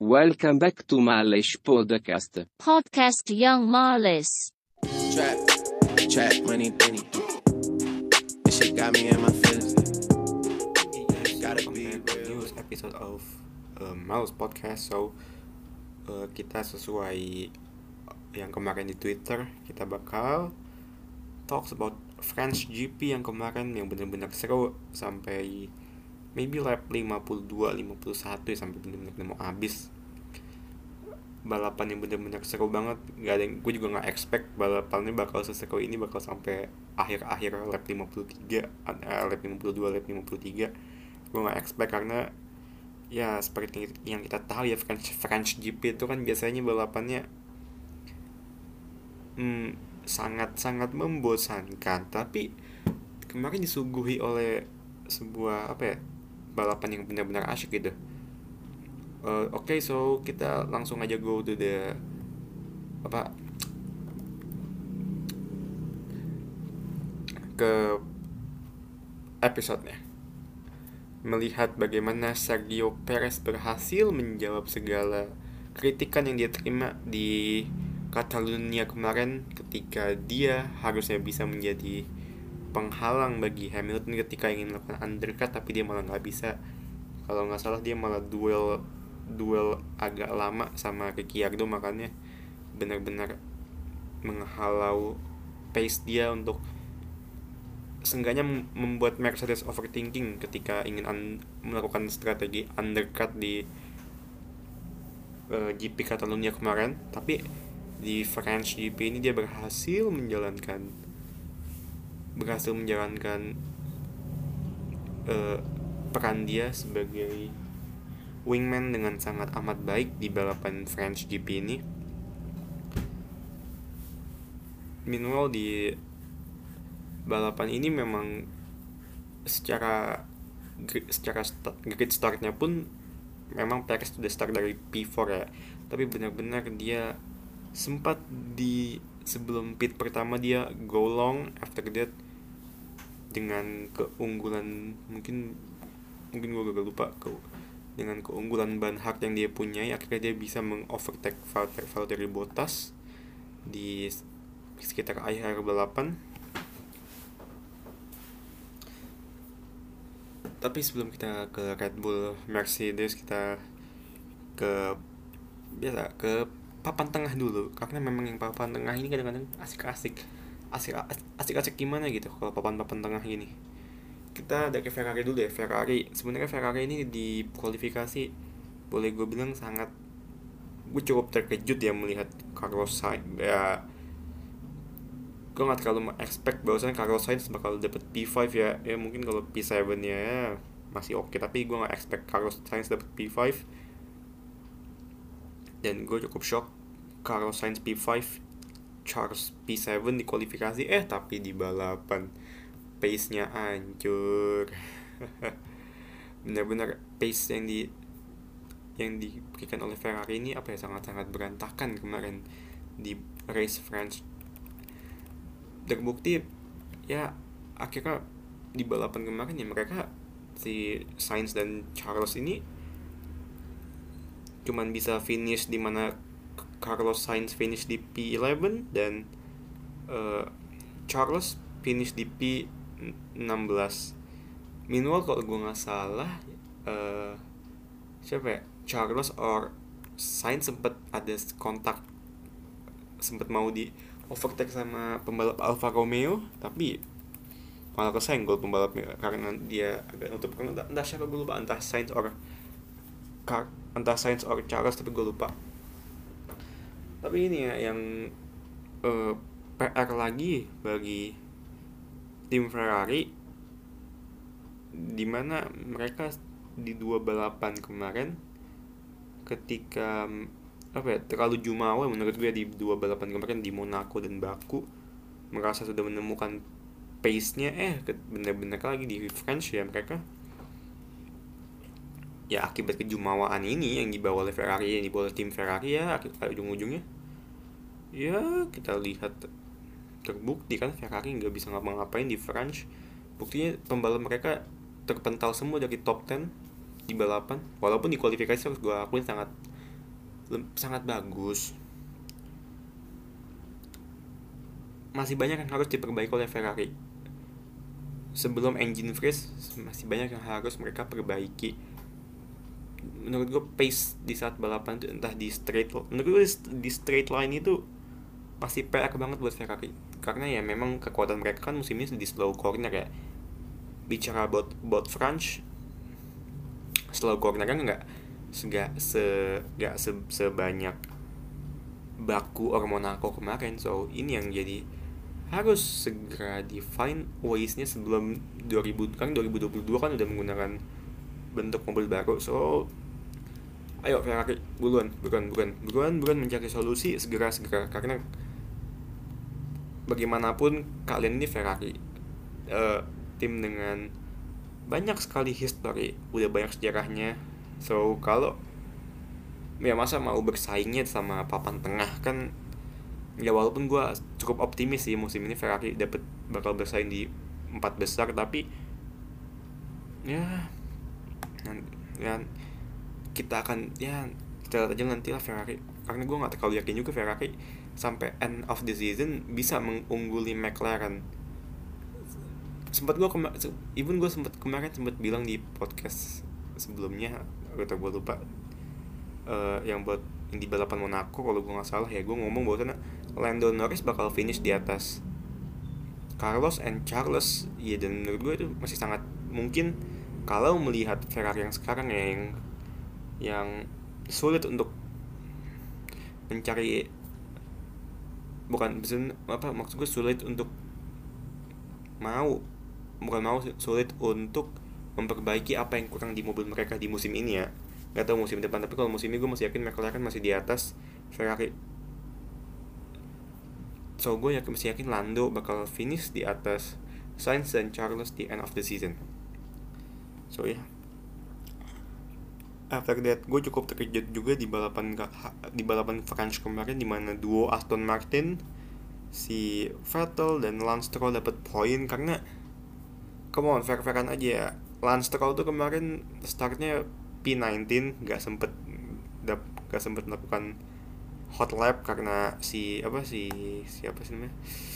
Welcome back to Malish Podcast. Podcast Young Marlis. Trap, money, penny. This shit got me in my feelings. Gotta be real. News episode of Malish Podcast. So kita sesuai yang kemarin di Twitter, kita bakal talks about French GP yang kemarin yang benar-benar seru sampai maybe lap 52, 51 sampai benar-benar mau habis. Balapan yang benar-benar seru banget. Gak ada yang, gue juga nggak expect balapannya bakal seseru ini, bakal sampai akhir-akhir lap 53, lap 52, lap 53. Gue nggak expect karena ya seperti yang kita tahu ya French GP itu kan biasanya balapannya sangat-sangat membosankan, tapi kemarin disuguhi oleh sebuah balapan yang benar-benar asyik gitu. Oke, so kita langsung aja go to the ke episode-nya. Melihat bagaimana Sergio Perez berhasil menjawab segala kritikan yang dia terima di Catalunya kemarin, ketika dia harusnya bisa menjadi penghalang bagi Hamilton ketika ingin melakukan undercut, tapi dia malah nggak bisa. Kalau nggak salah dia malah duel agak lama sama Ricciardo, makanya benar-benar menghalau pace dia untuk seenggaknya membuat Mercedes overthinking ketika ingin melakukan strategi undercut di GP Catalunya kemarin. Tapi di French GP ini dia berhasil menjalankan peran dia sebagai wingman dengan sangat amat baik di balapan French GP ini. Meanwhile di balapan ini memang secara grid startnya pun memang Perez sudah start dari P4 ya, tapi benar-benar dia sempat di sebelum pit pertama dia go long, after that dengan keunggulan mungkin gue agak lupa dengan keunggulan ban hard yang dia punyai, akhirnya dia bisa mengovertake Valtteri Bottas di sekitar akhir balapan. Tapi sebelum kita ke Red Bull Mercedes, kita ke papan tengah dulu, karena memang yang papan tengah ini kadang-kadang asik-asik gimana gitu kalau papan tengah gini. Kita dari Ferrari dulu ya. Sebenarnya Ferrari ini di kualifikasi boleh gue bilang gue cukup terkejut ya melihat Carlos Sainz. Ya gue nggak terlalu expect bahwasanya Carlos Sainz bakal dapet P5 ya mungkin kalau P7 ya masih oke, tapi gue nggak expect Carlos Sainz dapet P5. Dan gue cukup shock Carlos Sainz P5, Charles P7 di kualifikasi, tapi di balapan pace-nya hancur. Benar-benar pace yang diberikan oleh Ferrari ini sangat-sangat berantakan kemarin di race France. Terbukti ya akhirnya di balapan kemarin ya mereka si Sainz dan Charles ini cuman bisa finish di mana Carlos Sainz finish di P11 dan Charles finish di P16. Meanwhile kalau gue nggak salah Charles or Sainz sempat ada kontak, sempat mau di overtake sama pembalap Alfa Romeo, tapi malah kesenggol pembalapnya karena dia agak nutup, entah siapa gue lupa, entah Sainz or Charles, tapi gue lupa. Tapi ini ya yang PR lagi bagi tim Ferrari, dimana mereka di dua balapan kemarin ketika terlalu jumawa menurut gue di dua balapan kemarin di Monaco dan Baku, merasa sudah menemukan pace-nya, benar-benar lagi di French ya mereka ya akibat kejumawaan ini yang dibawa oleh Ferrari, yang dibawa oleh tim Ferrari ya ujung-ujungnya ya kita lihat terbukti kan Ferrari nggak bisa ngapa-ngapain di French. Buktinya pembalap mereka terpental semua dari top 10 di balapan, walaupun di kualifikasi harus gue akuin sangat sangat bagus. Masih banyak yang harus diperbaiki oleh Ferrari. Sebelum engine freeze, masih banyak yang harus mereka perbaiki. Menurut gue pace di saat balapan itu entah di straight line itu masih PR banget buat Ferrari. Karena ya memang kekuatan mereka kan musim ini di slow corner ya. Bicara about French, slow corner kan nggak sebanyak Baku or Monaco kemarin. So ini yang jadi harus segera define ways-nya sebelum 2022 kan udah menggunakan bentuk mobil baru. So ayo Ferrari, buruan mencari solusi segera karena bagaimanapun kalian ini Ferrari, tim dengan banyak sekali history, udah banyak sejarahnya. So kalau ya masa mau bersaingnya sama papan tengah kan, ya walaupun gue cukup optimis sih musim ini Ferrari bakal bersaing di 4 besar, tapi ya kita lihat aja nanti lah Ferrari, karena gue nggak terlalu yakin juga Ferrari sampai end of the season bisa mengungguli McLaren. Gue kemarin sempat bilang di podcast sebelumnya atau gue lupa, yang buat di balapan Monaco kalau gue nggak salah ya, gue ngomong bahwa Lando Norris bakal finish di atas Carlos and Charles ya, dan menurut gue itu masih sangat mungkin kalau melihat Ferrari yang sekarang ya, yang sulit untuk mencari, maksud gue sulit untuk sulit untuk memperbaiki apa yang kurang di mobil mereka di musim ini ya. Gak tau musim depan, tapi kalau musim ini gue masih yakin McLaren masih di atas Ferrari. So gue masih yakin Lando bakal finish di atas Sainz dan Charles di end of the season. So ya, after that gue cukup terkejut juga di balapan French kemarin, di mana duo Aston Martin, si Vettel dan Lance Stroll dapat poin. Karena come on, fair-fairan aja ya, Lance Stroll tuh kemarin startnya P19, gak sempet melakukan hot lap karena siapa sih namanya,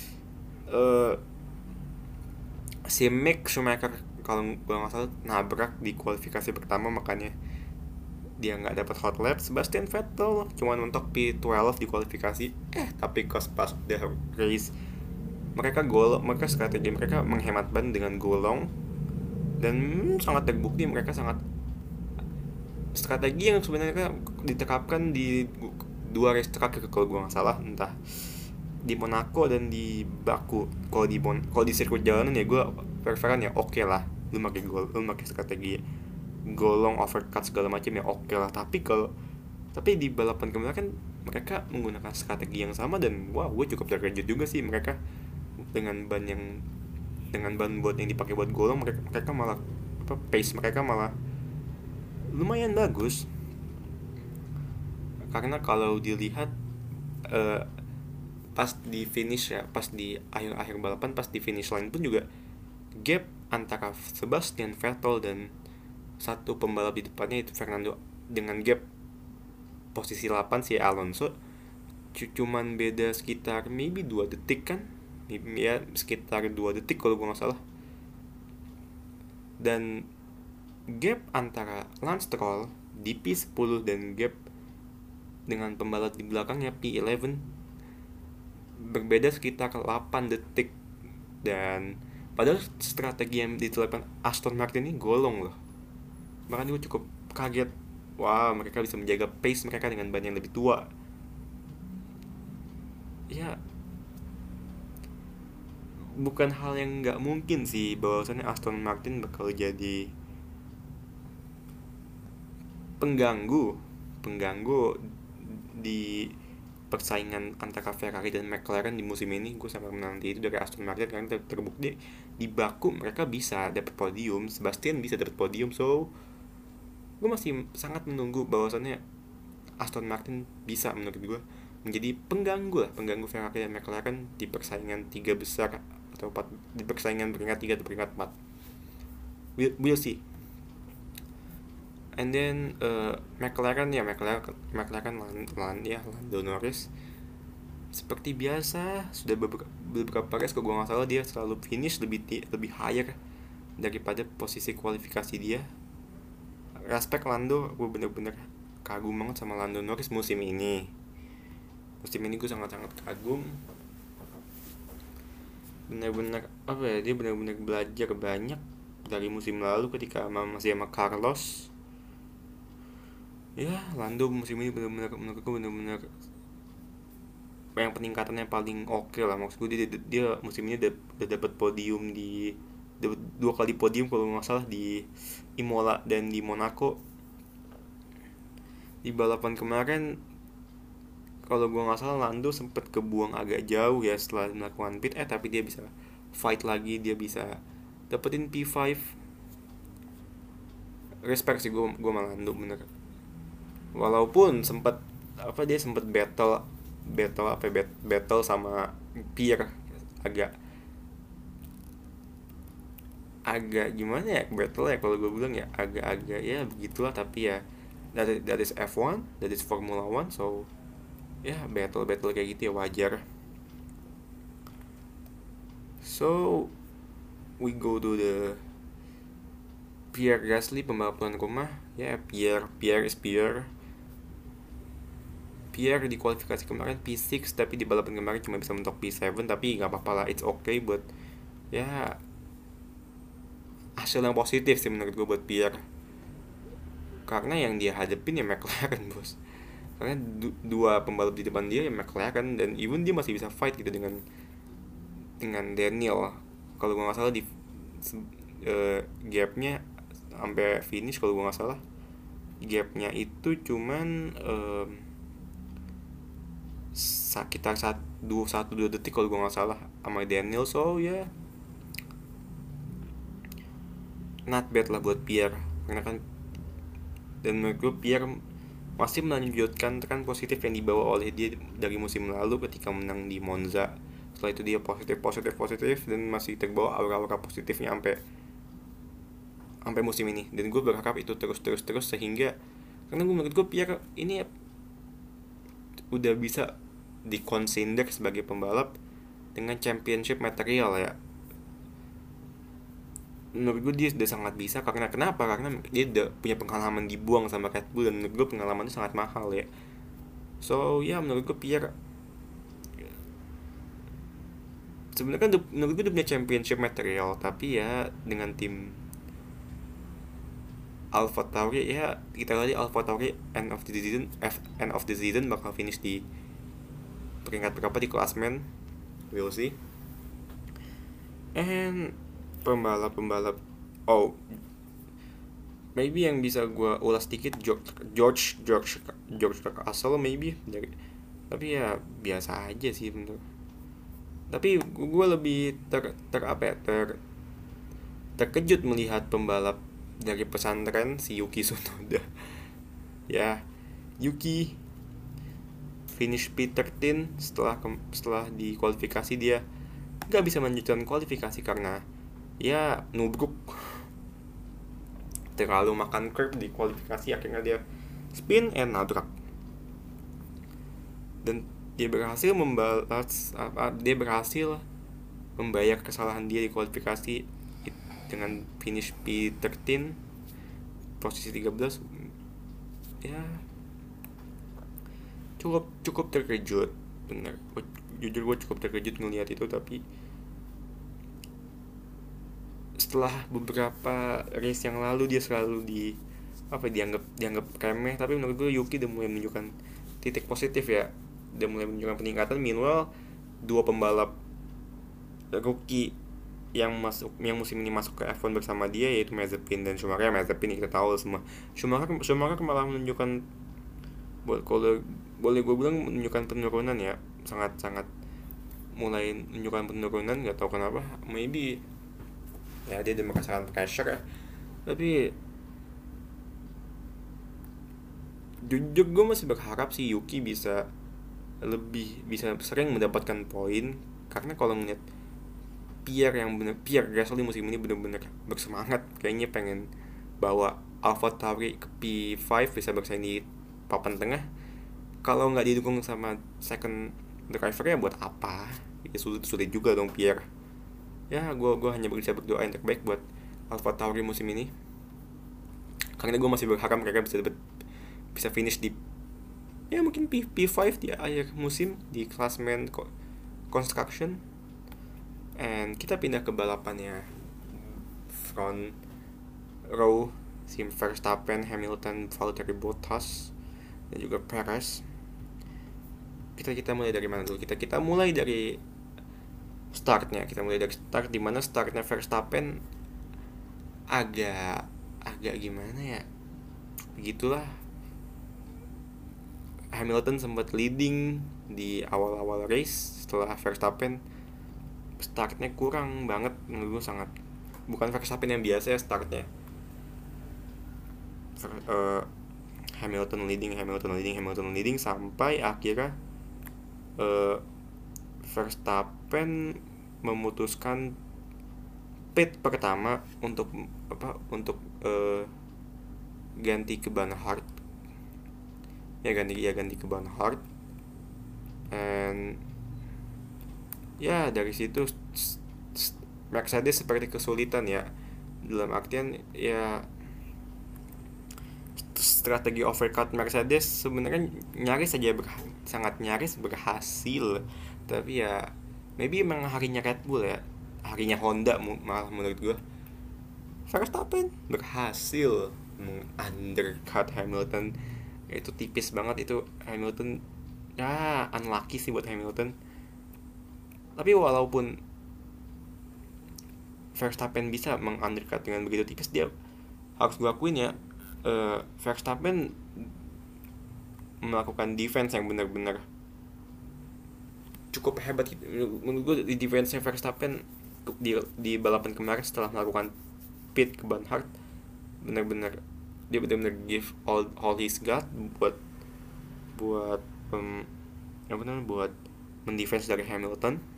si Mick Schumacher kalau gue nggak salah nabrak di kualifikasi pertama, makanya dia nggak dapat hot lap. Sebastian Vettel cuma mentok P12 di kualifikasi, tapi pas the race mereka strategi mereka menghemat ban dengan golong, dan sangat terbukti mereka sangat strategi yang sebenarnya diterapkan di 2 race terakhir kalau gue nggak salah, entah di Monaco dan di Baku. Kalau di sirkuit jalanan ya gue preferan ya oke lah, lu pakai strategi golong, overcut segala macam ya oke lah. Tapi di balapan kemarin kan mereka menggunakan strategi yang sama, dan wah gue cukup terkejut juga sih mereka dengan ban buat yang dipakai buat golong, mereka malah pace mereka malah lumayan bagus. Karena kalau dilihat pas di finish ya, pas di akhir balapan, pas di finish line pun juga gap antara Sebastian Vettel dan satu pembalap di depannya itu Fernando, dengan gap posisi 8 si Alonso cuman beda sekitar maybe 2 detik kan ya, sekitar 2 detik kalau gue gak salah. Dan gap antara Lance Stroll di P10 dan gap dengan pembalap di belakangnya P11 berbeda sekitar 8 detik. Dan padahal strategi yang diterapkan Aston Martin ini golong loh. Makanya gue cukup kaget, wah mereka bisa menjaga pace mereka dengan ban yang lebih tua. Ya bukan hal yang gak mungkin sih bahwasannya Aston Martin bakal jadi pengganggu di persaingan antara Ferrari dan McLaren di musim ini. Gue sangat menanti itu dari Aston Martin, karena terbukti di Baku mereka bisa dapat podium, Sebastian bisa dapat podium. So gue masih sangat menunggu bahwasannya Aston Martin bisa, menurut gue, menjadi pengganggu Ferrari dan McLaren di persaingan 3 besar atau 4, di persaingan peringkat 3 atau peringkat 4. We'll see. And then McLaren Lando Norris seperti biasa sudah beberapa race kalau gue nggak salah dia selalu finish lebih higher daripada posisi kualifikasi dia. Respect Lando, gue bener-bener kagum banget sama Lando Norris musim ini gue sangat-sangat kagum. Bener-bener dia bener-bener belajar banyak dari musim lalu ketika masih sama Carlos. Ya, Lando musim ini menurut gue bener-bener yang peningkatannya paling oke lah. Maksud gue dia musim ini udah dapat podium dapat 2 kali podium kalau nggak salah di Imola dan di Monaco. Di balapan kemarin kalau gue nggak salah Lando sempet kebuang agak jauh ya setelah melakukan pit tapi dia bisa fight lagi, dia bisa dapetin P5. Respect sih gue sama Lando bener. Walaupun dia sempat battle sama Pierre agak gimana ya battle ya kalau gue bilang ya agak ya begitulah, tapi ya that is F1, that is Formula 1, so ya battle kayak gitu ya wajar. So we go to the Pierre Gasly, pembalap tuan rumah ya. Pierre di kualifikasi kemarin P6 tapi di balapan kemarin cuma bisa mentok P7, tapi nggak apa-apa lah, it's okay buat ya hasil yang positif sih menurut gue buat Pierre, karena yang dia hadepin ya McLaren bos, karena dua pembalap di depan dia ya McLaren, dan even dia masih bisa fight gitu dengan Daniel. Kalau gue nggak salah di gapnya sampai finish, kalau gue nggak salah gapnya itu cuman sekitar 1-2 detik kalau gue nggak salah sama Daniel. So ya not bad lah buat Pierre, karena kan dan menurut gue Pierre masih melanjutkan tren positif yang dibawa oleh dia dari musim lalu ketika menang di Monza. Setelah itu dia positif dan masih terbawa aura-aura positifnya sampai musim ini, dan gue berharap itu terus sehingga karena menurut gue Pierre ini udah bisa dikonsider sebagai pembalap dengan championship material ya. Menurut gue dia sudah sangat bisa, karena kenapa? Karena dia udah punya pengalaman dibuang sama Red Bull, dan menurut gue pengalaman itu sangat mahal ya. So ya menurut gue Pierre sebenarnya kan menurut gue udah punya championship material, tapi ya dengan tim AlphaTauri ya kita lihat AlphaTauri end of the season bakal finish di peringkat berapa di klasmen, we'll see. And pembalap maybe yang bisa gue ulas sedikit George Russell maybe tapi ya biasa aja sih bener. Tapi gue lebih terkejut melihat pembalap dari pesantren si Yuki Tsunoda. Ya, Yuki finish P13 setelah di kualifikasi dia nggak bisa melanjutkan kualifikasi karena ya nubruk, terlalu makan curb di kualifikasi, akhirnya dia spin and nabrak, dan dia berhasil membayar kesalahan dia di kualifikasi dengan finish P13 posisi 13. Ya cukup terkejut bener, jujur gue cukup terkejut ngelihat itu. Tapi setelah beberapa race yang lalu dia selalu dianggap remeh, tapi menurut gue Yuki udah mulai menunjukkan titik positif ya, udah mulai menunjukkan peningkatan. Meanwhile dua pembalap rookie yang musim ini masuk ke F1 bersama dia yaitu Mazepin dan Schumacher. Mazepin kita tahu semua, Schumacher malah menunjukkan, kalau boleh gue bilang menunjukkan penurunan ya, sangat mulai menunjukkan penurunan, nggak tahu kenapa, maybe ya dia udah merasakan pressure ya. Tapi jujur gue masih berharap si Yuki bisa sering mendapatkan poin, karena kalau ngeliat Pierre Gasly musim ini benar-benar bersemangat, kayaknya pengen bawa AlphaTauri ke P5 bisa bersaing di papan tengah, kalau nggak didukung sama second driver ya buat apa? Ya sulit juga dong Pierre. Ya gue hanya bisa berdoa yang terbaik buat AlphaTauri musim ini, karena gue masih berharap mereka bisa finish di ya mungkin P5 di akhir musim di klasemen construction. And kita pindah ke balapannya front row, si Verstappen, Hamilton, Valtteri Bottas dan juga Perez. Kita mulai dari mana dulu? Kita mulai dari startnya. Kita mulai dari start, di mana startnya Verstappen agak gimana ya, begitulah. Hamilton sempat leading di awal-awal race, setelah Verstappen startnya kurang banget menurut gue, sangat bukan Verstappen yang biasa ya startnya. Hamilton leading sampai akhirnya Verstappen memutuskan pit pertama untuk ganti ke ban hard. Ganti ke ban hard. And ya dari situ Mercedes seperti kesulitan ya, dalam artian ya strategi overcut Mercedes sebenarnya sangat nyaris berhasil, tapi ya maybe emang harinya Red Bull ya, harinya Honda malah menurut gue. Verstappen berhasil undercut Hamilton, itu tipis banget itu. Hamilton ya unlucky sih buat Hamilton. Tapi walaupun Verstappen bisa mengundercut dengan begitu tipis, dia harus gue akuin ya, Verstappen melakukan defense yang benar-benar cukup hebat. Menurut gue di defense-nya Verstappen di balapan kemarin setelah melakukan pit ke ban hard, benar-benar dia benar-benar give all his got buat mendefense dari Hamilton.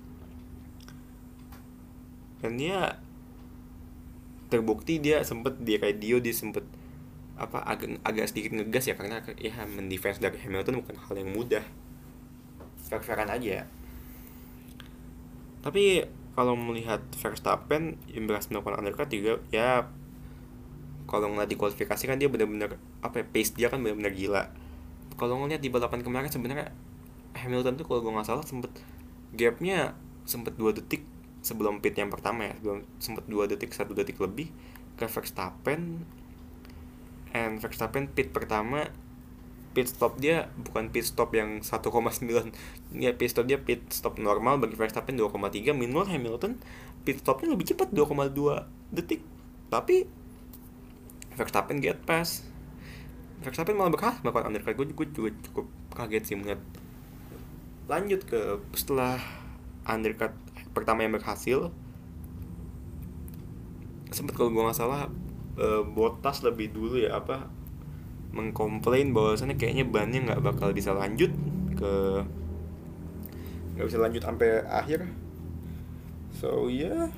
Dan dia terbukti dia kayak Dio, dia sempet agak sedikit ngegas ya, karena ya mendefense dari Hamilton bukan hal yang mudah. Fair-fairan aja. Tapi kalau melihat Verstappen yang berhasil melakukan undercut juga ya, kalau ngeliat di kualifikasi kan dia benar-benar pace dia kan benar-benar gila. Kalau ngeliat di balapan kemarin sebenarnya Hamilton tuh kalau gue nggak salah gapnya sempet 2 detik sebelum pit yang pertama ya, sempat 2 detik 1 detik lebih ke Verstappen. And Verstappen pit pertama, pit stop dia bukan pit stop yang 1,9 ya, pit stop normal bagi Verstappen 2,3. Meanwhile Hamilton pit stopnya lebih cepat 2,2 detik, tapi Verstappen get pass. Verstappen malah berhasil melakukan undercut. Gue juga cukup kaget sih melihat. Lanjut ke setelah undercut pertama yang berhasil, sempat kalau gue nggak salah Bottas lebih dulu ya mengkomplain bahwasannya kayaknya bannya nggak bisa lanjut sampai akhir. So yeah,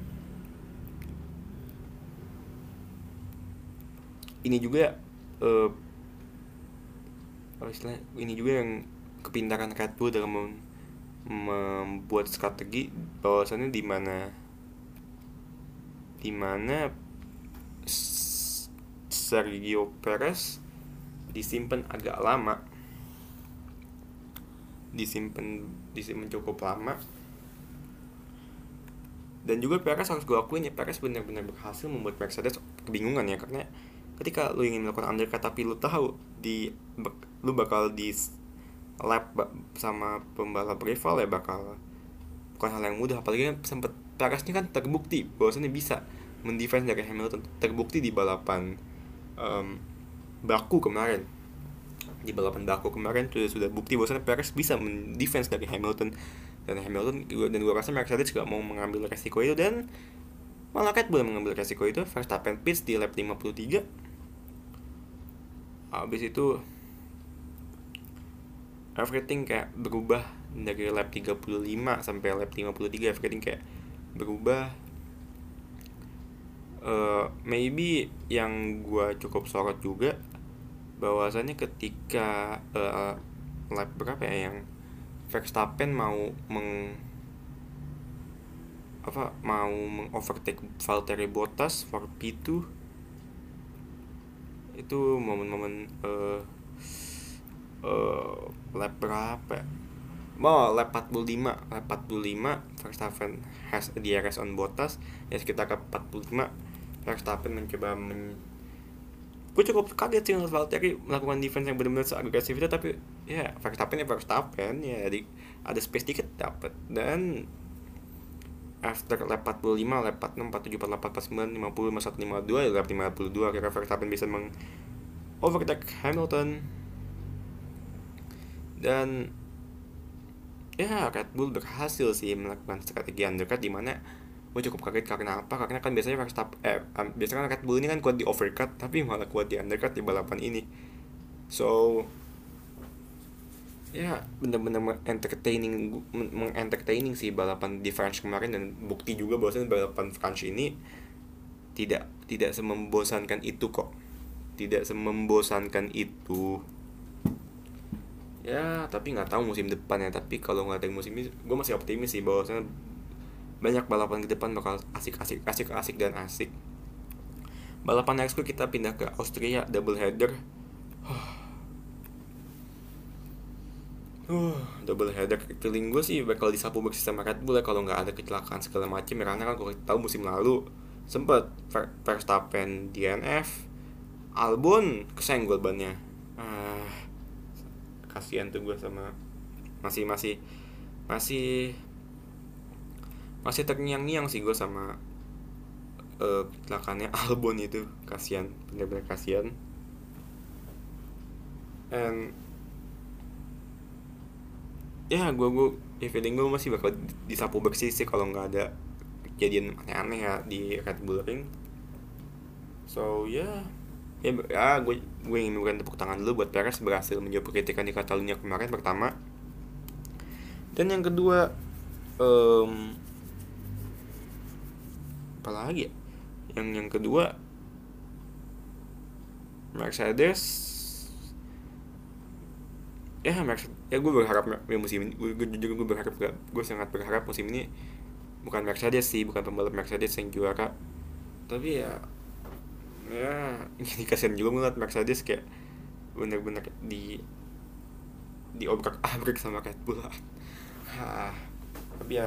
ini juga yang kepintaran Red Bull dalam membuat strategi, bahwasannya di mana Sergio Perez disimpan agak lama, disimpan cukup lama. Dan juga Perez harus gue akuin ya, Perez benar-benar berhasil membuat Mercedes kebingungan ya, karena ketika lu ingin melakukan undercut tapi lu tahu lu bakal di lap sama pembalap rival ya, bukan hal yang mudah. Apalagi sempat Perez ini kan terbukti bahwasannya bisa mendefense dari Hamilton, terbukti di balapan Baku kemarin. Di balapan Baku kemarin sudah bukti bahwasannya Perez bisa mendefense dari Hamilton, dan gue rasa Mercedes juga mau mengambil resiko itu, dan malah Red Bull mengambil resiko itu. Verstappen pits di lap 53. Habis itu everything kayak berubah dari lap 35 sampai lap 53. Everything kayak berubah. Maybe yang gue cukup sorot juga bahwasannya ketika lap berapa ya yang Verstappen mau overtake Valtteri Bottas for P2, itu momen-momen lap berapa ya? Lap 45 Verstappen has a DRS on Bottas ya, sekitar ke 45 Verstappen mencoba gue cukup kaget sih ngeliat Valtteri melakukan defense yang benar-benar seagresif itu, tapi ya Verstappen ya ada space dikit dapat. Dan after lap 45, lap 46, 47, 48, 49, 50, 51, 52, ya lap 52 akhirnya Verstappen bisa overtake Hamilton. Dan ya Red Bull berhasil sih melakukan strategi undercut, di mana gue cukup kaget karena apa? Karena kan biasanya biasanya Red Bull ini kan kuat di overcut, tapi malah kuat di undercut di balapan ini. So ya bener-bener mengentertaining sih balapan di France kemarin, dan bukti juga bahwasanya balapan France ini tidak semembosankan itu kok. Tidak semembosankan itu. Ya, tapi nggak tahu musim depan ya. Tapi kalau nggak ada musim ini, gue masih optimis sih bahwasanya banyak balapan ke depan bakal asik dan asik. Balapan next week kita pindah ke Austria, double header. Double header, feeling gue sih bakal disapu bersih sama Red Bull ya kalau nggak ada kecelakaan segala macam ya, karena kan kalau kita tahu musim lalu sempet Verstappen DNF, Albon kesenggol bannya. Kasihan tuh gue sama masih terngiang-ngiang sih gue sama kecelakaannya Albon itu. Kasihan, bener-bener kasihan. And ya gue feeling gue masih bakal disapu bersih sih kalau nggak ada kejadian aneh-aneh ya di Red Bull Ring. So gue ingin memberikan tepuk tangan dulu buat Perez berhasil menjawab kritikan di Catalunya kemarin pertama. Dan yang kedua, apa lagi ya? Yang kedua, Mercedes. Gue berharap musim ini, gue sangat berharap musim ini bukan Mercedes sih, bukan pembalap Mercedes yang juara, tapi ya ini kasihan juga ngeliat Mercedes kayak bener-bener di obrak-abrik sama Red Bull. Tapi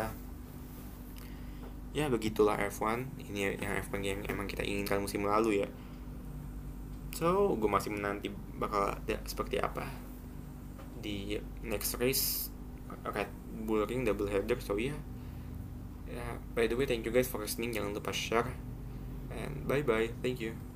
ya begitulah F1. Ini yang F1 yang emang kita inginkan musim lalu ya. So gue masih menanti bakal ada seperti apa di next race Red Bull Ring double header. So by the way, thank you guys for listening. Jangan lupa share and bye bye. Thank you.